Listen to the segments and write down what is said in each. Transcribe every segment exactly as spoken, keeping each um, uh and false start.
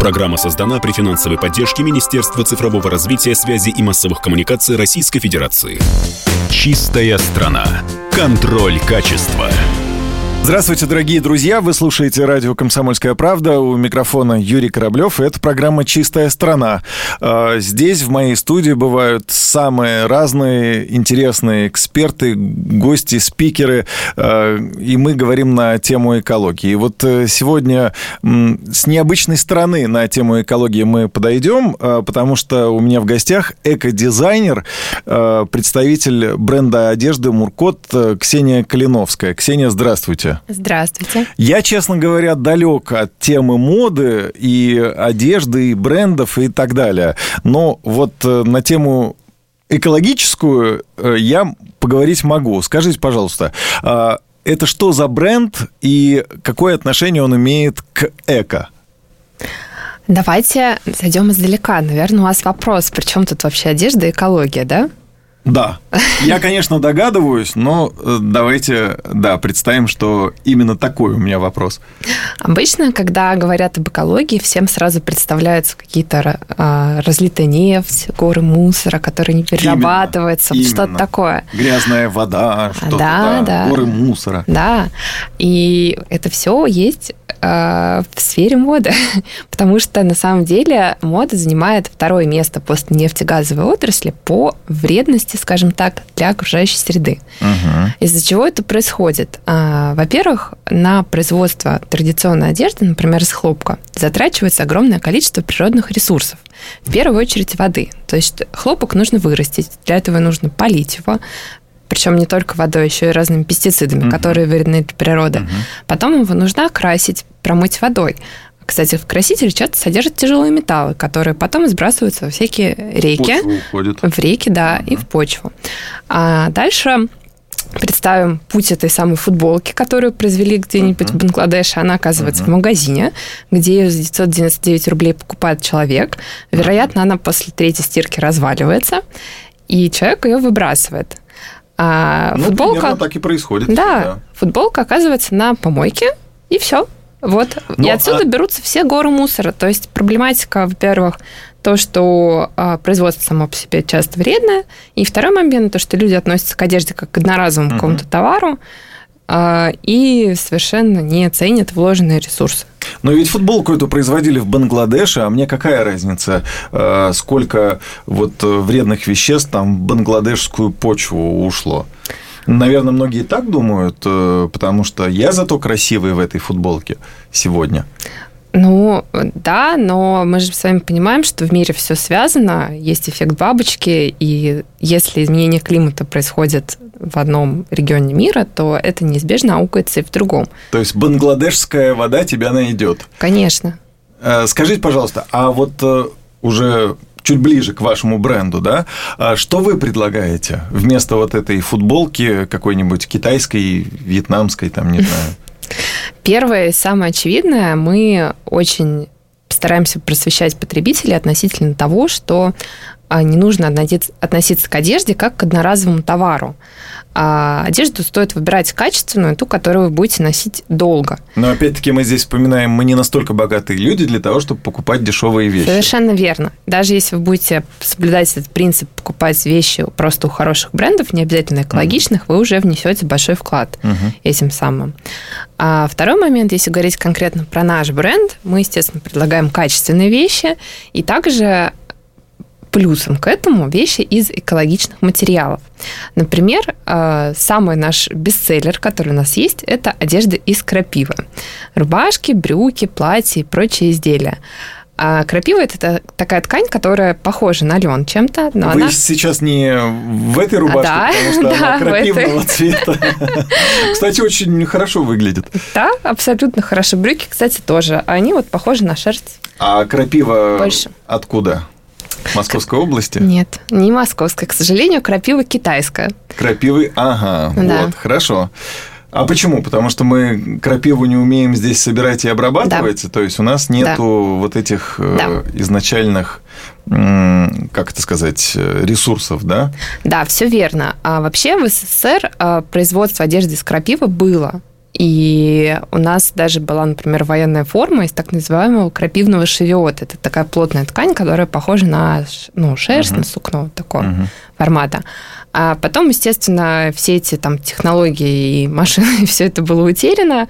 Программа создана при финансовой поддержке Министерства цифрового развития, связи и массовых коммуникаций Российской Федерации. Чистая страна. Контроль качества. Здравствуйте, дорогие друзья! Вы слушаете радио «Комсомольская правда». У микрофона Юрий Кораблев. И это программа «Чистая страна». Здесь, в моей студии, бывают самые разные интересные эксперты, гости, спикеры. И мы говорим на тему экологии. И вот сегодня с необычной стороны на тему экологии мы подойдем, потому что у меня в гостях экодизайнер, представитель бренда одежды «Муркот» Ксения Калиновская. Ксения, здравствуйте. Здравствуйте. Я, честно говоря, далек от темы моды и одежды, и брендов, и так далее. Но вот на тему экологическую я поговорить могу. Скажите, пожалуйста, это что за бренд и какое отношение он имеет к эко? Давайте зайдем издалека. Наверное, у вас вопрос, при чем тут вообще одежда и экология, да? Да. Я, конечно, догадываюсь, но давайте, да, представим, что именно такой у меня вопрос. Обычно, когда говорят об экологии, всем сразу представляются какие-то а, разлитая нефть, горы мусора, которые не перерабатываются, именно, что-то именно. Такое. Грязная вода, что-то, да, да, да. горы мусора. Да, и это все есть а, в сфере моды, потому что, на самом деле, мода занимает второе место после нефтегазовой отрасли по вредности, скажем так, для окружающей среды. Угу. Из-за чего это происходит? Во-первых, на производство традиционной одежды, например, из хлопка, затрачивается огромное количество природных ресурсов. В первую очередь воды. То есть хлопок нужно вырастить, для этого нужно полить его, причем не только водой, еще и разными пестицидами, uh-huh. которые вредны для природы. Uh-huh. Потом его нужно окрасить, промыть водой. Кстати, в красителе часто содержат тяжелые металлы, которые потом сбрасываются во всякие реки. В реки, да, uh-huh. и в почву. А дальше представим путь этой самой футболки, которую произвели где-нибудь uh-huh. в Бангладеше. Она оказывается uh-huh. в магазине, где ее за девятьсот девяносто девять рублей покупает человек. Вероятно, uh-huh. она после третьей стирки разваливается, и человек ее выбрасывает. А ну, футболка... примерно так и происходит. Да, да, футболка оказывается на помойке, и все. Вот. Но, и отсюда а... берутся все горы мусора. То есть проблематика, во-первых, то, что а, производство само по себе часто вредное, и второй момент, то, что люди относятся к одежде как к одноразовому uh-huh. какому-то товару а, и совершенно не ценят вложенные ресурсы. Но ведь футболку эту производили в Бангладеше, а мне какая разница, сколько вот вредных веществ там в бангладешскую почву ушло? Наверное, многие так думают, потому что я зато красивый в этой футболке сегодня. Ну, да, но мы же с вами понимаем, что в мире все связано, есть эффект бабочки, и если изменение климата происходит в одном регионе мира, то это неизбежно аукается и в другом. То есть бангладешская вода тебя найдет? Конечно. Скажите, пожалуйста, а вот уже чуть ближе к вашему бренду, да, что вы предлагаете вместо вот этой футболки какой-нибудь китайской, вьетнамской, там, не знаю? Первое и самое очевидное, мы очень стараемся просвещать потребителей относительно того, что не нужно относиться к одежде как к одноразовому товару. А одежду стоит выбирать качественную, ту, которую вы будете носить долго. Но опять-таки мы здесь вспоминаем, мы не настолько богатые люди для того, чтобы покупать дешевые вещи. Совершенно верно. Даже если вы будете соблюдать этот принцип, покупать вещи просто у хороших брендов, не обязательно экологичных, uh-huh. вы уже внесете большой вклад uh-huh. этим самым. А второй момент, если говорить конкретно про наш бренд, мы, естественно, предлагаем качественные вещи и также плюсом к этому вещи из экологичных материалов. Например, самый наш бестселлер, который у нас есть, это одежда из крапивы. Рубашки, брюки, платья и прочие изделия. А крапива – это такая ткань, которая похожа на лен чем-то. Но Вы она... сейчас не в этой рубашке, да, потому что да, она крапивного цвета. Кстати, очень хорошо выглядит. Да, абсолютно хорошо. Брюки, кстати, тоже. Они вот похожи на шерсть. А крапива больше. Откуда? Московской области? Нет, не московская. К сожалению, крапива китайская. Крапивы, ага, да. Вот, хорошо. А почему? Потому что мы крапиву не умеем здесь собирать и обрабатывать, да. То есть у нас нету да. вот этих да. изначальных, как это сказать, ресурсов, да? Да, все верно. А вообще в СССР производство одежды из крапивы было. И у нас даже была, например, военная форма из так называемого крапивного шевиота. Это такая плотная ткань, которая похожа на ну, шерсть, uh-huh. на сукно вот такого uh-huh. формата. А потом, естественно, все эти там технологии и машины, все это было утеряно.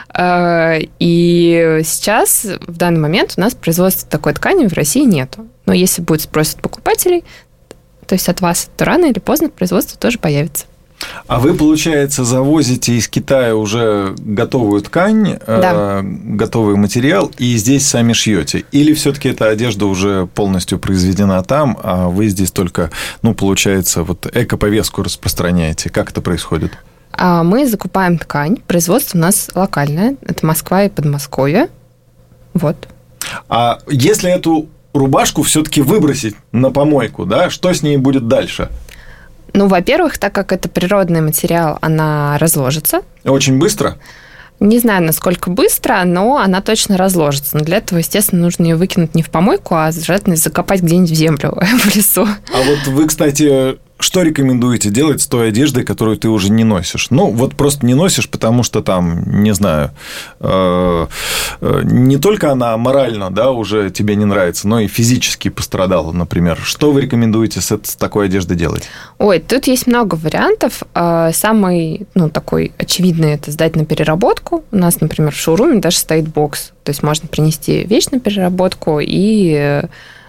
И сейчас, в данный момент, у нас производства такой ткани в России нету. Но если будет спрос от покупателей, то есть от вас, то рано или поздно производство тоже появится. А вы, получается, завозите из Китая уже готовую ткань, да. э, готовый материал, и здесь сами шьете? Или все-таки эта одежда уже полностью произведена там, а вы здесь только, ну, получается, вот эко-повестку распространяете? Как это происходит? Мы закупаем ткань. Производство у нас локальное. Это Москва и Подмосковье. Вот. А если эту рубашку все-таки выбросить на помойку, да, что с ней будет дальше? Ну, во-первых, так как это природный материал, она разложится. Очень быстро? Не знаю, насколько быстро, но она точно разложится. Но для этого, естественно, нужно ее выкинуть не в помойку, а желательно закопать где-нибудь в землю, в лесу. А вот вы, кстати, что рекомендуете делать с той одеждой, которую ты уже не носишь? Ну, вот просто не носишь, потому что там, не знаю, э, э, не только она морально, да, уже тебе не нравится, но и физически пострадала, например. Что вы рекомендуете с, с такой одеждой делать? Ой, тут есть много вариантов. Самый, ну, такой очевидный – это сдать на переработку. У нас, например, в шоуруме даже стоит бокс. То есть можно принести вещь на переработку и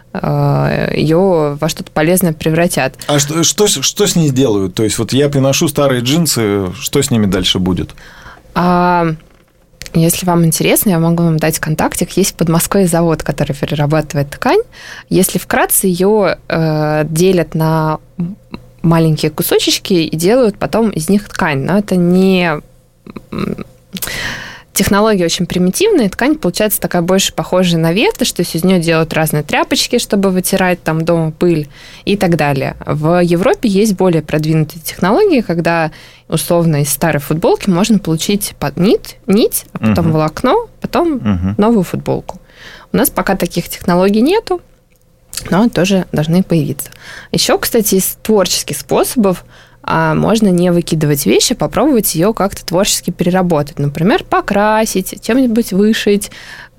ее во что-то полезное превратят. А что, что, что с ней делают? То есть вот я приношу старые джинсы, что с ними дальше будет? А, если вам интересно, я могу вам дать контактик. Есть в Подмосковье завод, который перерабатывает ткань. Если вкратце, ее э, делят на маленькие кусочки и делают потом из них ткань. Но это не... Технология очень примитивная, ткань получается такая больше похожая на ветошь, то есть из нее делают разные тряпочки, чтобы вытирать там дома пыль и так далее. В Европе есть более продвинутые технологии, когда условно из старой футболки можно получить нить, нить а потом uh-huh. волокно, потом uh-huh. новую футболку. У нас пока таких технологий нету, но тоже должны появиться. Еще, кстати, из творческих способов можно не выкидывать вещи, попробовать ее как-то творчески переработать. Например, покрасить, чем-нибудь вышить,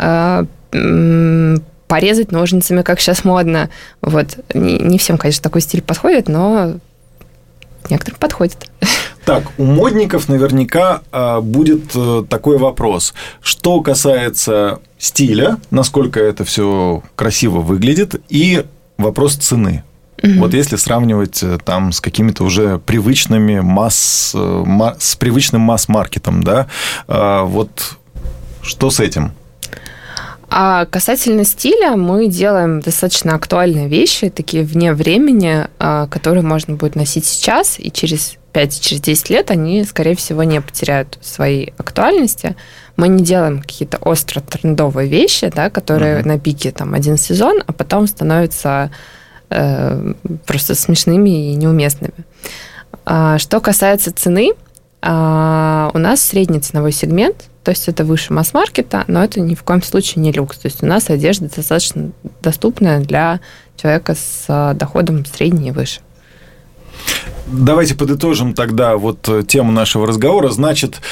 порезать ножницами, как сейчас модно. Вот. Не, не всем, конечно, такой стиль подходит, но некоторым подходит. Так, у модников наверняка будет такой вопрос. Что касается стиля, насколько это все красиво выглядит, и вопрос цены. Mm-hmm. Вот если сравнивать там с какими-то уже привычными масс, с привычным масс-маркетом, да, вот что с этим? А касательно стиля, мы делаем достаточно актуальные вещи, такие вне времени, которые можно будет носить сейчас, и через пять через десять лет они, скорее всего, не потеряют своей актуальности. Мы не делаем какие-то остро трендовые вещи, да, которые mm-hmm. на пике там один сезон, а потом становятся просто смешными и неуместными. Что касается цены, у нас средний ценовой сегмент, то есть это выше масс-маркета, но это ни в коем случае не люкс. То есть у нас одежда достаточно доступная для человека с доходом средний и выше. Давайте подытожим тогда вот тему нашего разговора. Значит,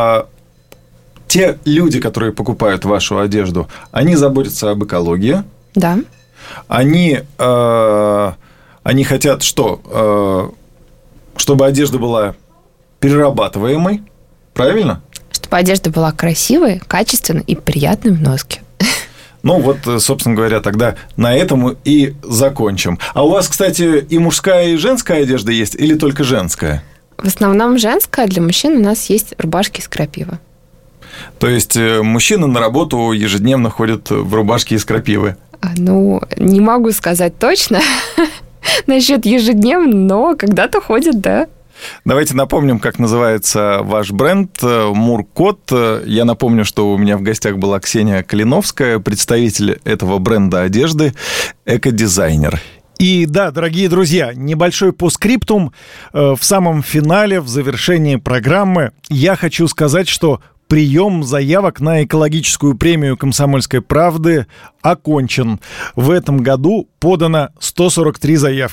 те люди, которые покупают вашу одежду, они заботятся об экологии. Да. Они, э, они хотят, что? Э, чтобы одежда была перерабатываемой, правильно? Чтобы одежда была красивой, качественной и приятной в носке. Ну, вот, собственно говоря, тогда на этом и закончим. А у вас, кстати, и мужская, и женская одежда есть, или только женская? В основном женская, для мужчин у нас есть рубашки из крапивы. То есть мужчины на работу ежедневно ходят в рубашке из крапивы? Ну, не могу сказать точно насчет ежедневно, но когда-то ходят, да. Давайте напомним, как называется ваш бренд Муркот. Я напомню, что у меня в гостях была Ксения Калиновская, представитель этого бренда одежды, экодизайнер. И да, дорогие друзья, небольшой постскриптум. В самом финале, в завершении программы, я хочу сказать, что прием заявок на экологическую премию «Комсомольской правды» окончен. В этом году подано сто сорок три заявки.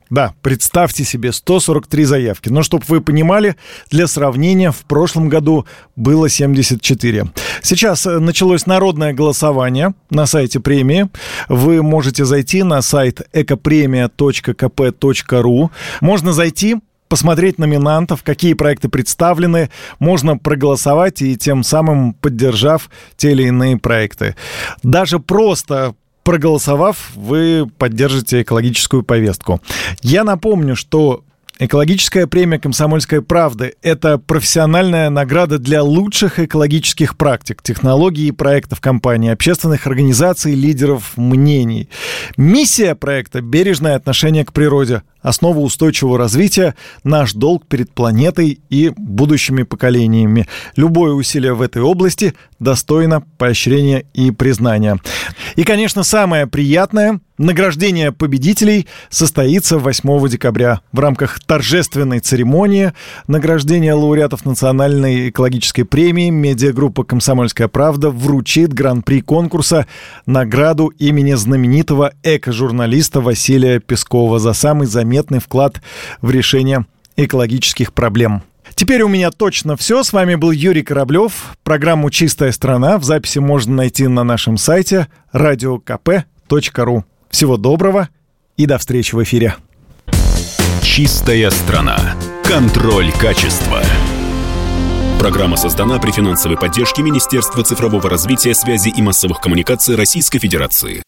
Да, представьте себе, сто сорок три заявки. Но чтобы вы понимали, для сравнения, в прошлом году было семьдесят четыре. Сейчас началось народное голосование на сайте премии. Вы можете зайти на сайт экопремия точка ка пэ точка ру. Можно зайти, посмотреть номинантов, какие проекты представлены, можно проголосовать и тем самым поддержав те или иные проекты. Даже просто проголосовав, вы поддержите экологическую повестку. Я напомню, что экологическая премия «Комсомольская правда» — это профессиональная награда для лучших экологических практик, технологий и проектов компании, общественных организаций, лидеров мнений. Миссия проекта — бережное отношение к природе, основа устойчивого развития, наш долг перед планетой и будущими поколениями. Любое усилие в этой области достойно поощрения и признания. И, конечно, самое приятное — награждение победителей состоится восьмого декабря в рамках торжественной церемонии награждения лауреатов национальной экологической премии. Медиагруппа «Комсомольская правда» вручит гран-при конкурса награду имени знаменитого эко-журналиста Василия Пескова за самый заметный вклад в решение экологических проблем. Теперь у меня точно все. С вами был Юрий Кораблев. Программу «Чистая страна» в записи можно найти на нашем сайте радио ка пэ точка ру. Всего доброго и до встречи в эфире. «Чистая страна». Контроль качества. Программа создана при финансовой поддержке Министерства цифрового развития, связи и массовых коммуникаций Российской Федерации.